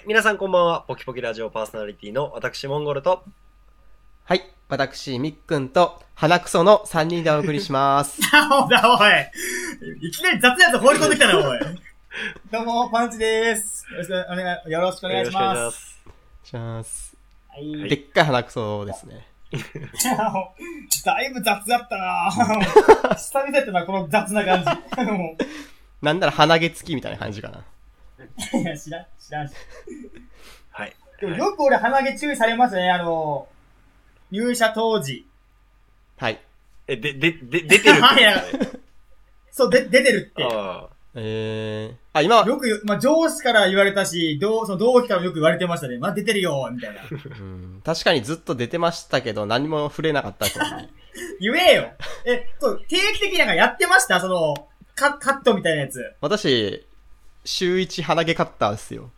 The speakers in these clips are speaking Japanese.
、皆さんこんばんは。ポキポキラジオパーソナリティの私、モンゴルと、 はい、私、みっくんと、鼻くその3人でお送りします。 おい。いきなり雑なやつ放り込んできたな、おい。どうも、パンチでーす。よろしくお願いします。 します。 はい。 でっかい鼻くそですね。 だいぶ雑だったなぁ。久々やったな、この雑な感じ。 なんなら鼻毛付きみたいな感じかな。 いや、知らんし。 はい。 でもよく俺鼻毛注意されますね、入社当時。 はい。 出てるっていや、そう、出てるって。 今は、 よく、上司から言われたし、その同期からもよく言われてましたね。出てるよ、みたいな。 確かにずっと出てましたけど、何も触れなかったですよね。 言えよ。定期的になんかやってましたその、カットみたいなやつ。 私、週1鼻毛カッターですよ。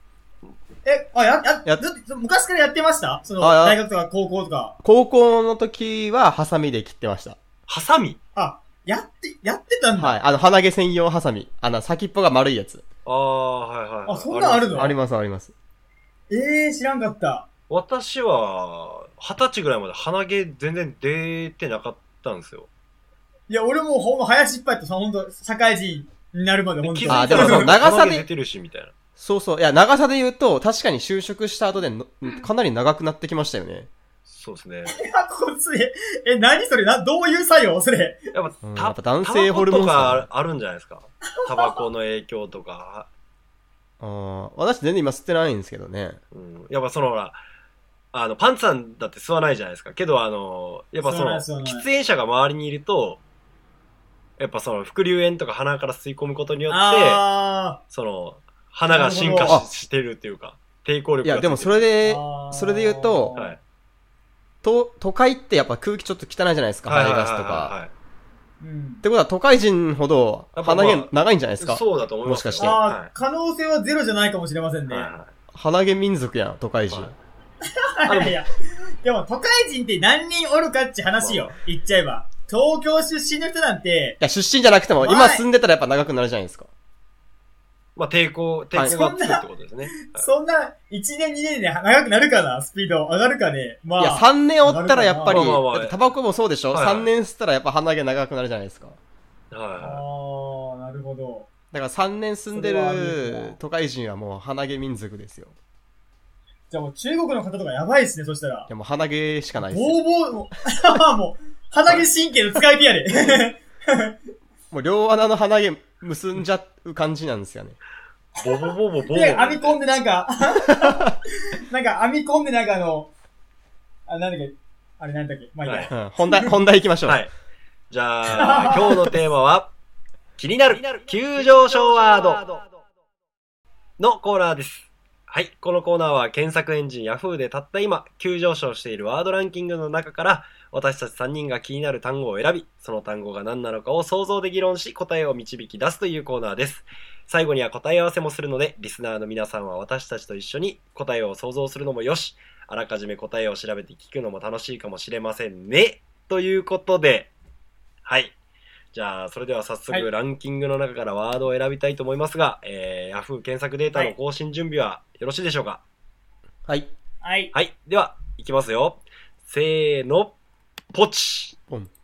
昔からやってましたその、大学とか高校とか。 高校の時は、ハサミで切ってました。 ハサミ？ やってたんだ。 はい。鼻毛専用ハサミ。先っぽが丸いやつ。 はい。 そんなんあるの？ あります。 知らんかった。 私は、20歳ぐらいまで鼻毛全然出てなかったんですよ。 いや、俺もほんま早しっぱいとほんと、社会人になるまでほんと。 でもそう、長さで。 出てるし、みたいな。 そう。いや、長さで言うと、確かに就職した後でかなり長くなってきましたよね。 そうですね。 こつ何それどういう作用それ。 やっぱ、 男性ホルモンとかあるんじゃないですか。タバコの影響とか。 私全然今吸ってないんですけどね。 やっぱそのほら、パンツさんだって吸わないじゃないですか。けどやっぱその、喫煙者が周りにいると、やっぱその、副流煙とか鼻から吸い込むことによって、その、鼻が進化してるっていうか、抵抗力が。 いや、でもそれで言うと、 はい、 都会ってやっぱ空気ちょっと汚いじゃないですか、排ガスとか。ってことは都会人ほど鼻毛長いんじゃないですか。 そうだと思います。 もしかして。 可能性はゼロじゃないかもしれませんね。 鼻毛民族やん、都会人。 いや、でも都会人って何人おるかって話よ。言っちゃえば。東京出身の人なんて。 いや、出身じゃなくても、今住んでたらやっぱ長くなるじゃないですか。 抵抗がつくってことですね。 そんな、1年2年で長くなるかなスピード上がるかね。 いや、3年おったらやっぱり、タバコもそうでしょ、 はい、 ?3 年吸ったらやっぱ鼻毛長くなるじゃないですか。 なるほど。 だから3年住んでる都会人はもう鼻毛民族ですよ。 じゃあもう中国の方とかやばいっすね、そしたら。いやもう鼻毛しかないっすよ。 もう、鼻毛神経の使い手やで。 もう両穴の鼻毛結んじゃう感じなんですよね。 ボボボボボ。 で、編み込んでなんか編み込んでなんだっけあれなんだっけまあいいや。 本題行きましょう。 はい。じゃあ、今日のテーマは、気になる急上昇ワードのコーナーです。はい。このコーナーは検索エンジン Yahoo でたった今、急上昇しているワードランキングの中から、私たち3人が気になる単語を選び、その単語が何なのかを想像で議論し、答えを導き出すというコーナーです。最後には答え合わせもするので、リスナーの皆さんは私たちと一緒に答えを想像するのもよし、あらかじめ答えを調べて聞くのも楽しいかもしれませんね。ということで、はい。じゃあ、それでは早速ランキングの中からワードを選びたいと思いますが、Yahoo 検索データの更新準備はよろしいでしょうか？ はい。 はい。 はい。では、いきますよ。せーの、ポチ。 ポン。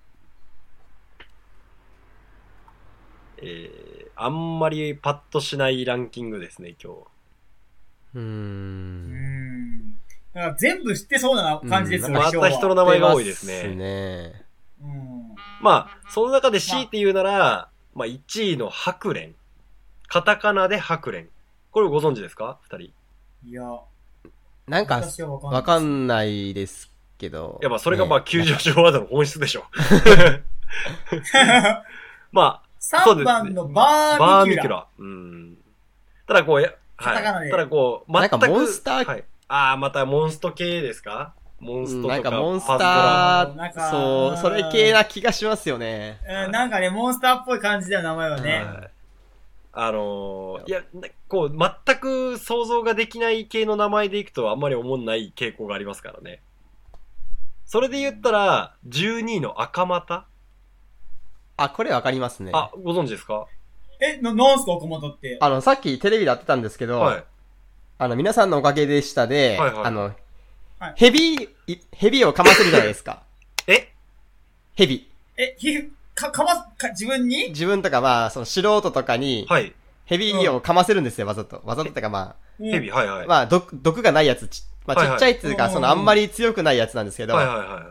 あんまりパッとしないランキングですね、今日。 なんか全部知ってそうな感じですね、 また人の名前が多いですね。まあ、その中で強いて言うなら、まあ、1位の白蓮。カタカナで白蓮。これご存知ですか？二人。 いや。 なんか、わかんないですけど。 いや、まあ、それがまあ、急上昇ワードの本質でしょ。まあ、 3番のバーミキュラ。 ただこう、はい。 ただこう、 なんかモンスター、 はい。またモンスト系ですか？モンストとか。 なんかモンスター、そう、それ系な気がしますよね。 なんかね、モンスターっぽい感じだよ、名前はね。 いや、こう、全く想像ができない系の名前でいくとあんまり思んない傾向がありますからね。それで言ったら、12位の赤股。 これわかりますね。 ご存知ですか？ なんすか、赤股って。 さっきテレビでやってたんですけど、はい、 皆さんのおかげでしたで、 はいはいはいヘビをかませるじゃないですか。ヘビ。 自分に自分とかその素人とかに、 はい。 ヘビをかませるんですよ、わざと。わざとってかヘビ、はいはい。 毒がないやつ、ちっちゃいやつが、あんまり強くないやつなんですけど、 はいはいはい。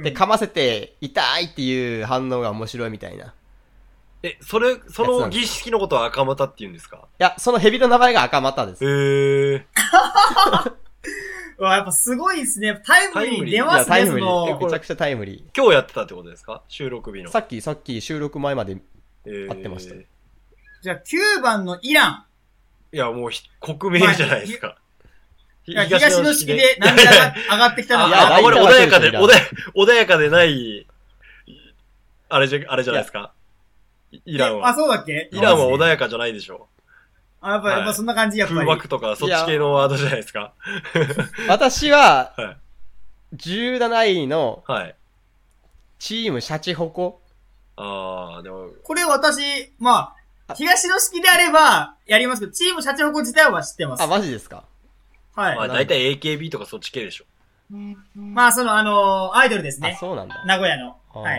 で、かませて、痛いっていう反応が面白いみたいな。 その儀式のことは赤股って言うんですか？いや、そのヘビの名前が赤股です。 やっぱすごいですね。タイムリー出ますね、 タイムリー。めちゃくちゃタイムリー。 今日やってたってことですか？収録日の。 さっき収録前まで会ってました。 じゃあ9番のイラン。 いや、もう国名じゃないですか。 東の式で涙が上がってきたのが。あまり穏やかでない、あれじゃないですか。イランは。 そうだっけ？ イランは穏やかじゃないでしょ。 やっぱそんな感じ、やっぱり。 空爆とか、そっち系のワードじゃないですか。 私は、17位の、チームシャチホコ。 でも。 これ私、東の式であれば、やりますけど、チームシャチホコ自体は知ってます。 マジですか？ はい。 だいたい AKB とかそっち系でしょ。 アイドルですね。 そうなんだ。 名古屋の。はい。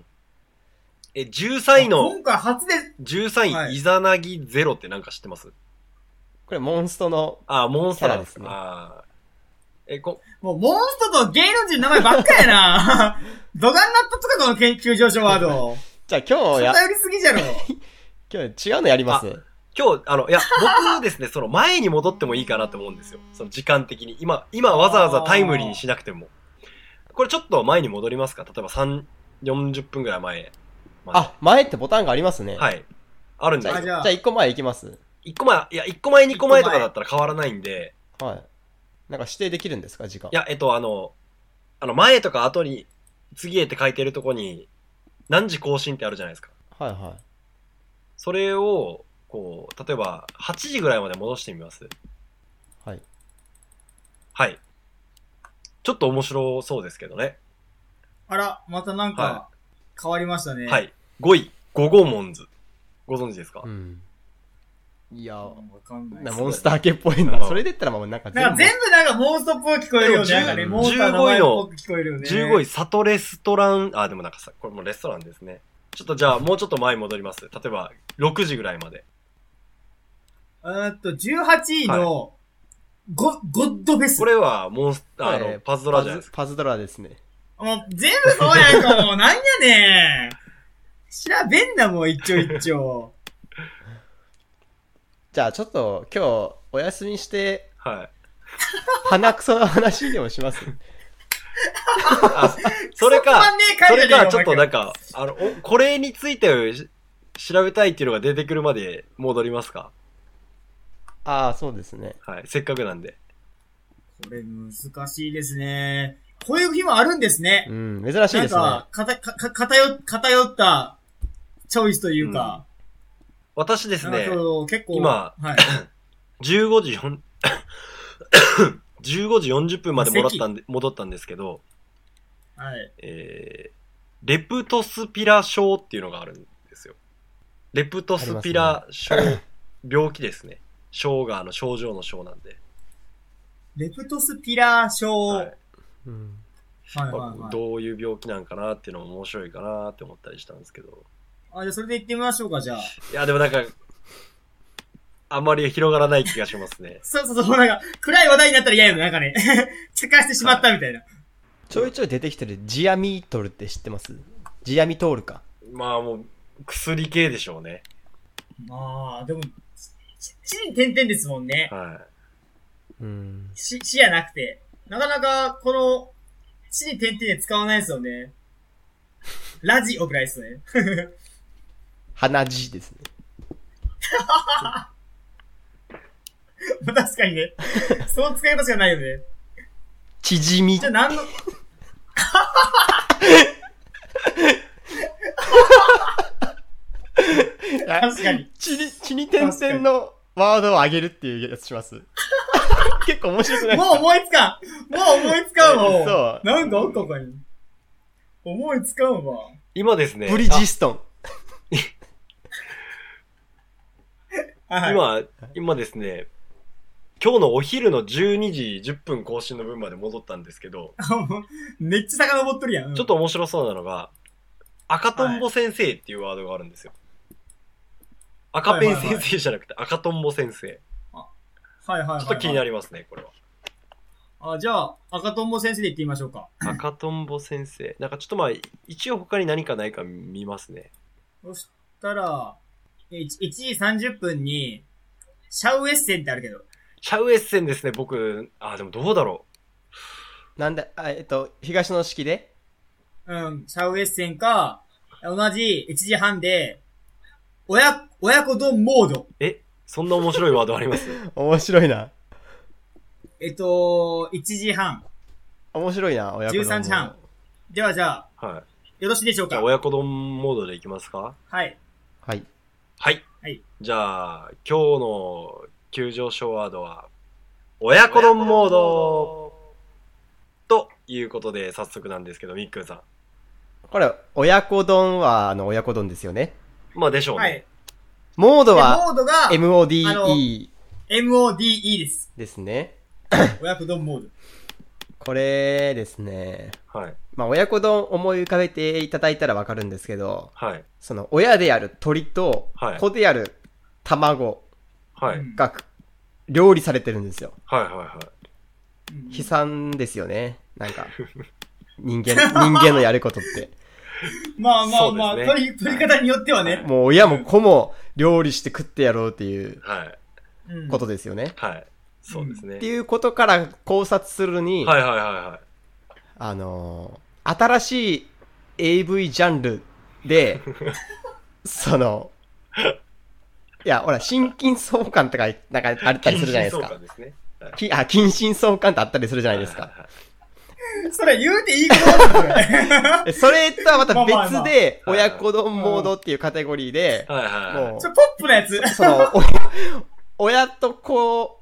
13位の、 今回初で、 13位、イザナギゼロってなんか知ってます？ これモンストの、 モンストですね。 もうモンストと芸能人の名前ばっかやなドガンナットとかこの急上昇ワード。 じゃあ今日偏りすぎじゃろ。 今日違うのやります？ 今日、僕ですね、その前に戻ってもいいかなって思うんですよ。その時間的に。今わざわざタイムリーにしなくても。これちょっと前に戻りますか？例えば40分ぐらい前。 前ってボタンがありますね。 はい。あるんですよ。 じゃあ1個前行きます？ 1個前、2個前とかだったら変わらないんで。 はい。なんか指定できるんですか、時間？ いや、前とか後に、次へって書いてるとこに、何時更新ってあるじゃないですか。 はいはい。 それを、例えば、8時ぐらいまで戻してみます？ はい。 はい。ちょっと面白そうですけどね。 あら、またなんか、変わりましたね。 はい。5位、ゴゴモンズ。ご存知ですか？ いや、わかんない。 モンスター系っぽいな。それで言ったらなんか全部なんかモンストっぽい聞こえるよね。なんかね、モンスターの名前っぽく聞こえるよね。 15位、サトレストラン、でもなんかこれもレストランですね。ちょっとじゃあ、もうちょっと前に戻ります。例えば、6時ぐらいまで。 18位の、ゴッドフェス。 これは、パズドラじゃないですか。 パズドラですね。 もう、全部そうやんか、もう、なんやねん。調べんな、もう、一丁一丁。 じゃあ、ちょっと、今日、お休みして、鼻くその話でもします。 それか、ちょっとなんか、これについて調べたいっていうのが出てくるまで戻りますか？ そうですね。 はい、せっかくなんで。 これ難しいですね。こういう日もあるんですね。 珍しいですね。 なんか、偏ったチョイスというか。 私ですね、 結構今、15時40分まで戻ったんですけど、レプトスピラ症っていうのがあるんですよ。レプトスピラ症、病気ですね。症が症状の症なんで。 レプトスピラ症。 どういう病気なんかなっていうのも面白いかなって思ったりしたんですけど。 じゃあそれで行ってみましょうか、じゃあ。 いや、でもなんか、あんまり広がらない気がしますね。 そう、なんか、暗い話題になったら嫌よね、なんかね。茶化してしまったみたいな。 ちょいちょい出てきてるジアミトルって知ってます？ジアミトールか。 もう、薬系でしょうね。 でも、地に点々ですもんね。死やなくて。なかなか、この、地に点々で使わないですよね。ラジオぐらいですね。 鼻血ですね。 確かにね。その使い方しかないよね。 縮み。 じゃあ何の確かに。 血に点々のワードを上げるっていうやつします。結構面白くない？ もう思いつかんもん。 そう。 なんかあったかに。思いつかんわ。 今ですね。 ブリヂストン。 今ですね、 今日のお昼の12時10分更新の分まで戻ったんですけど、 めっちゃ遡っとるやん。 ちょっと面白そうなのが、赤とんぼ先生っていうワードがあるんですよ。赤ペン先生じゃなくて赤とんぼ先生。 はいはいはい。 ちょっと気になりますね、これは。 じゃあ、赤とんぼ先生で言ってみましょうか。 赤とんぼ先生。なんかちょっとまあ、一応他に何かないか見ますね。 そしたら、1時30分に、シャウエッセンってあるけど。 シャウエッセンですね、僕。でもどうだろう。なんで、東の式でシャウエッセンか、同じ1時半で、親子丼モード。 そんな面白いワードあります面白いな。 1時半。 面白いな、親子丼。 13時半。ではじゃあ、 はい。 よろしいでしょうか。 じゃあ親子丼モードでいきますか？ はい。 はい。 はい。 はい。 じゃあ、今日の急上昇ワードは、親子丼モードということで、早速なんですけど、みっくんさん。 これ、親子丼は、親子丼ですよね。 まあでしょうね。はい。 モードは、 モードが、 MODE。 MODE です。 ですね。 親子丼モード。 これですね。 はい。 まあ、親子丼思い浮かべていただいたらわかるんですけど、 はい。 その、親である鳥と、子である卵が、料理されてるんですよ。 はいはいはい。 悲惨ですよね。なんか、人間のやることって。 まあまあまあ、取り方によってはね。 もう親も子も料理して食ってやろうっていう、ことですよね。 はい。そうですね。 っていうことから考察するに、 はいはいはいはい。 新しい AV ジャンルで、いや、ほら、心筋相関とか、なんかあったりするじゃないですか。 近親相関ですね。 近親相関ってあったりするじゃないですか。 それ言うていいことなんですそれとはまた別で、親子丼モードっていうカテゴリーで、 もう、ポップなやつ。 親と子、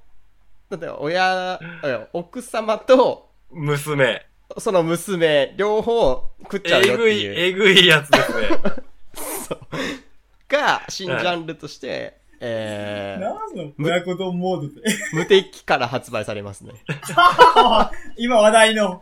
奥様と、 娘。 その娘、両方食っちゃうよっていう。 えぐいやつですね。 そう。が、新ジャンルとして、 なんの親子丼モードって。 無敵から発売されますね。 今話題の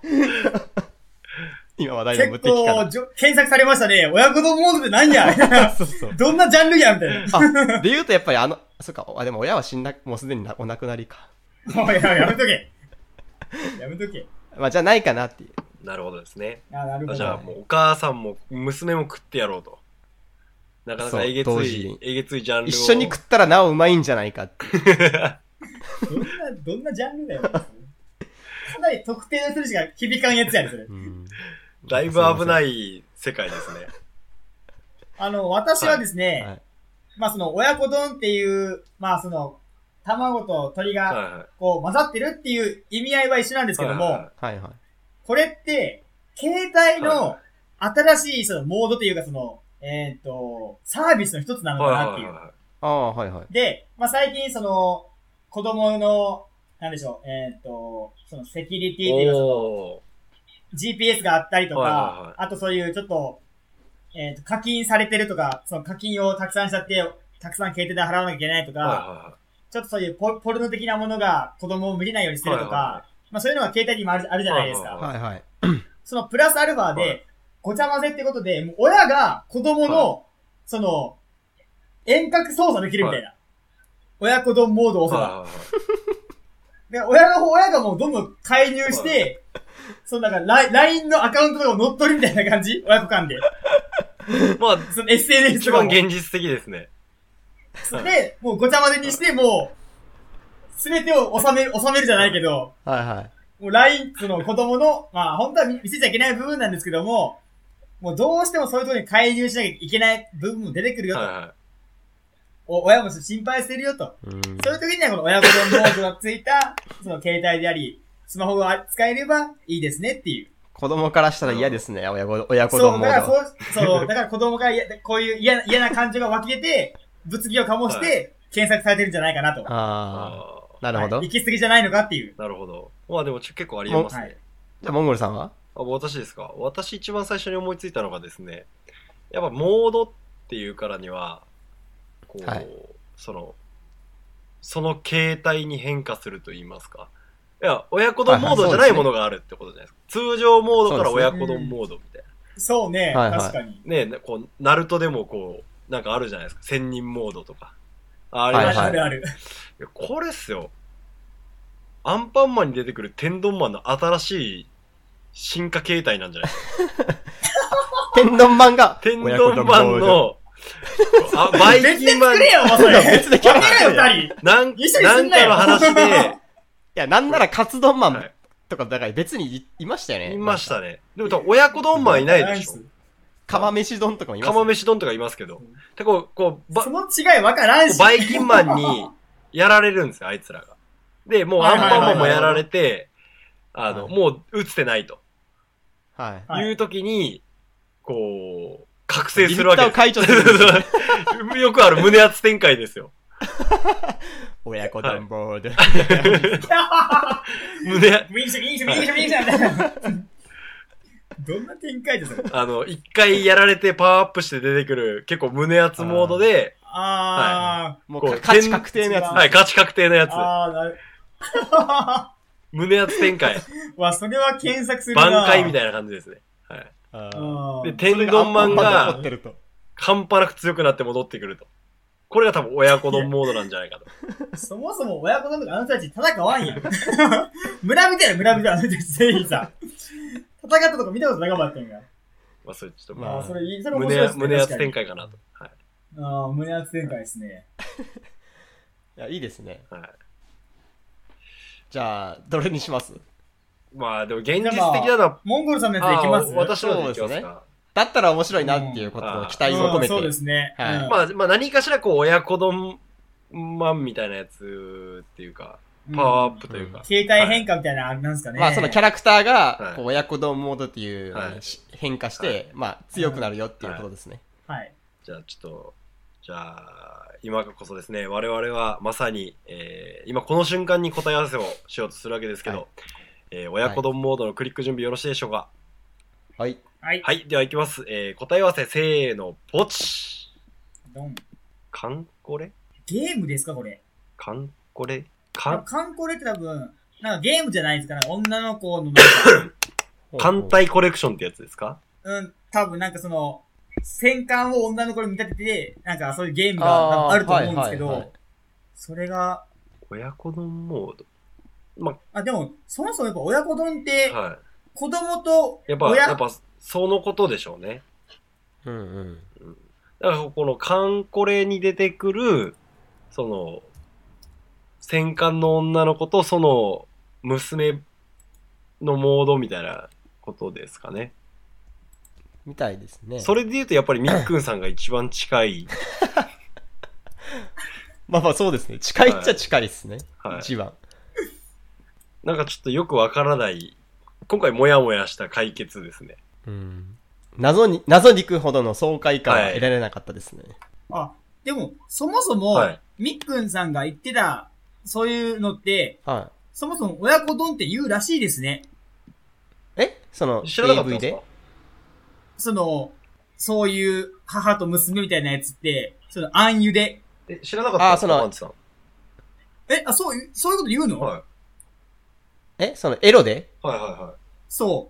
無敵から。 結構、検索されましたね。親子丼モードって何やそうそう。どんなジャンルやみたいな。で言うとやっぱりそっか、でも親はもうすでにお亡くなりか。 やめとけ。やめとけ。 まあ、じゃないかなっていう。 なるほどですね。 なるほど。 じゃあもうお母さんも娘も食ってやろうと。なかなかえげついジャンルを。 一緒に食ったらなおうまいんじゃないかって。 どんなジャンルだよ。かなり特定の人しか響かんやつやね、それ。 だいぶ危ない世界ですね。 私はですね、まあ親子丼っていう、まあ卵と鶏が、こう混ざってるっていう意味合いは一緒なんですけども、これって、携帯の新しいモードというかサービスの一つなのかなっていう。で、まあ、最近子供の、なんでしょう、セキュリティっていうかGPS があったりとか、あとそういうちょっと、課金されてるとか、課金をたくさんしちゃって、たくさん携帯で払わなきゃいけないとか、ちょっとそういうポルノ的なものが子供を見れないようにするとか、まあそういうのが携帯にもあるじゃないですか。そのプラスアルファで、ごちゃ混ぜってことで、もう親が子供の、遠隔操作できるみたいな。親子丼モードを押せば。で、親がもうどんどん介入して、LINE のアカウントとかを乗っ取るみたいな感じ親子間で。 まあ、 SNS 一番現実的ですね。 で、もうごちゃ混ぜにして、もう、すべてを収めるじゃないけど、もう LINE、子供の、まあ本当は見せちゃいけない部分なんですけども、もうどうしてもそういうところに介入しなきゃいけない部分も出てくるよと。親も心配してるよと。そういう時にはこの親子丼モードがついた、携帯であり、スマホが使えればいいですねっていう。 子供からしたら嫌ですね、親子丼モード。だから子供からこういう嫌な感情が湧き出て、物議を醸して、検索されてるんじゃないかなと。 なるほど。 行き過ぎじゃないのかっていう。 なるほど。まあでも結構ありえますね。 じゃあ、モンゴルさんは？ 私ですか。私一番最初に思いついたのがですね、やっぱモードっていうからには、 その形態に変化すると言いますか。いや、親子丼モードじゃないものがあるってことじゃないですか。通常モードから親子丼モードみたいな。 そうね、確かに。 ね、こう、ナルトでもこう、なんかあるじゃないですか。千人モードとか。 ある。 いや、これっすよ。アンパンマンに出てくる天丼マンの新しい進化形態なんじゃないですか。 天丼マンが。 天丼マンの、バイキンマン。 別でキャラなんかの話で。いや、なんならカツ丼マンとか、だから別にいましたよね。 いましたね。でも親子丼マンいないでしょ。 釜飯丼とかもいます。 釜飯丼とかいますけど。で、こう、 その違い分からんし。 バイキンマンにやられるんですよ、あいつらが。で、もうアンパンマンもやられて、もう打つてないと。 はい。 いう時に、こう、覚醒するわけです。 解除する。 よくある胸圧展開ですよ。 親子丼ボード。 どんな展開ですか？ 一回やられてパワーアップして出てくる、結構胸圧モードで、 もう勝ち確定のやつ。 はい、勝ち確定のやつ。胸圧展開。 わ、それは検索するな。 挽回みたいな感じですね。はい。で、天丼マンが、半端なく強くなって戻ってくると。これが多分親子丼モードなんじゃないかと。 そもそも親子丼とかあの人たち戦わんやん。村みたいな村みたいなあの人たち全員さ。戦ったとこ見たことなかったんや。 まあそれちょっとまあ、それ面白いですね。胸圧展開かなと。はい。 胸圧展開ですね。 いや、いいですね。 はい。 じゃあ、どれにします？ まあでも現実的なのは、 モンゴルさんのやつでいきます？ 私のやつでいきますか。 だったら面白いなっていうことを期待を込めて。 そうですね。 まあ何かしらこう親子丼マンみたいなやつっていうか、パワーアップというか。 形態変化みたいなあれなんですかね。 まあそのキャラクターが、こう親子丼モードっていう変化して、まあ強くなるよっていうことですね。 はい。 じゃあちょっと、今こそですね、我々はまさに、今この瞬間に答え合わせをしようとするわけですけど、親子丼モードのクリック準備よろしいでしょうか？ はい。 はい。では行きます。答え合わせ、せーの、ポチ。 ドン。 カンコレ？ ゲームですかこれ？ カンコレ？ カンコレって多分、なんかゲームじゃないですかね。女の子のなんか。 艦隊コレクションってやつですか？ 多分なんかその、戦艦を女の子に見立てて、なんかそういうゲームがあると思うんですけど、それが。 親子丼モード。 でも、そもそもやっぱ親子丼って、 はい。 子供と親やっぱ、そのことでしょうね。だから、このカンコレに出てくる、その、戦艦の女の子とその、娘のモードみたいなことですかね。 みたいですね。 それで言うとやっぱりみっくんさんが一番近い。 まあそうですね。近いっちゃ近いですね。 はい、 一番。 なんかちょっとよくわからない、今回もやもやした解決ですね。 謎に行くほどの爽快感は得られなかったですね。 でも、そもそも、みっくんさんが言ってた、そういうのって、そもそも親子丼って言うらしいですね。 その、 知らなかったんですか？ AV でそういう母と娘みたいなやつって、暗湯で。 知らなかったんですか？パンチさん。 そういうこと言うの？ はい。 そのエロで？ はい。そう。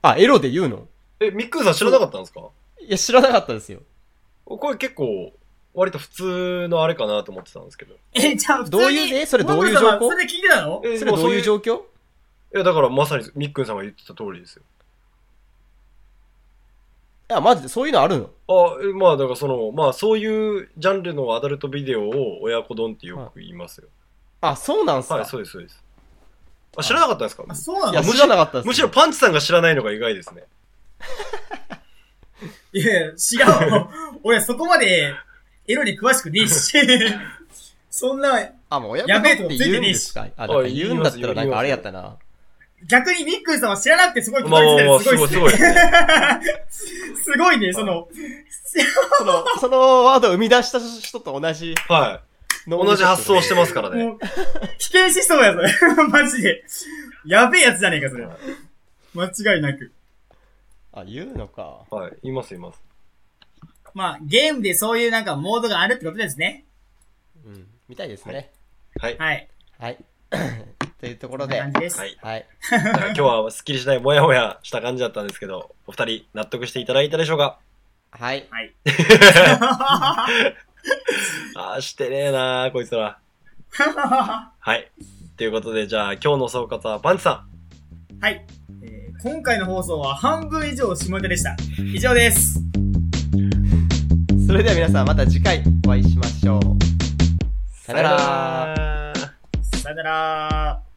エロで言うの？ みっくんさん知らなかったんですか？ いや、知らなかったですよ。 これ結構、割と普通のあれかなと思ってたんですけど。 じゃあ普通に。 どういう、それどういう状況？ それで聞いてたの？ それどういう状況？ だからまさにみっくんさんが言ってた通りですよ。 マジでそういうのあるの？ まあだからそういうジャンルのアダルトビデオを親子丼ってよく言いますよ。 そうなんすか？ はい、そうです、そうです。知らなかったんですか？ そうなんですか？知らなかったです。 むしろパンチさんが知らないのが意外ですね。 いや、違う。俺そこまでエロに詳しくねえし。そんな、 もう親子丼って言うんですか？言うんだったらなんかあれやったな。 逆にみっくんさんは知らなくてすごい聞こえてたらすごいですね。すごいね、そのワードを生み出した人と同じ。 はい。同じ発想してますからね。 危険思想や、それ。マジで。やべえやつじゃねえか、それ。間違いなく。 言うのか。 はい、言います。 まあ、ゲームでそういうなんかモードがあるってことですね。 みたいですね。 はい。 はい。 はい。というところで。 こんな感じです。 はい。はい。 今日はすっきりしない、もやもやした感じだったんですけど、お二人納得していただいたでしょうか？ はい。 はい。 してねえなー、こいつら。はい。ということで、じゃあ、今日の総括はパンチさん。はい。今回の放送は半分以上下ネタでした。以上です。 それでは皆さんまた次回お会いしましょう。さよなら。 さよなら。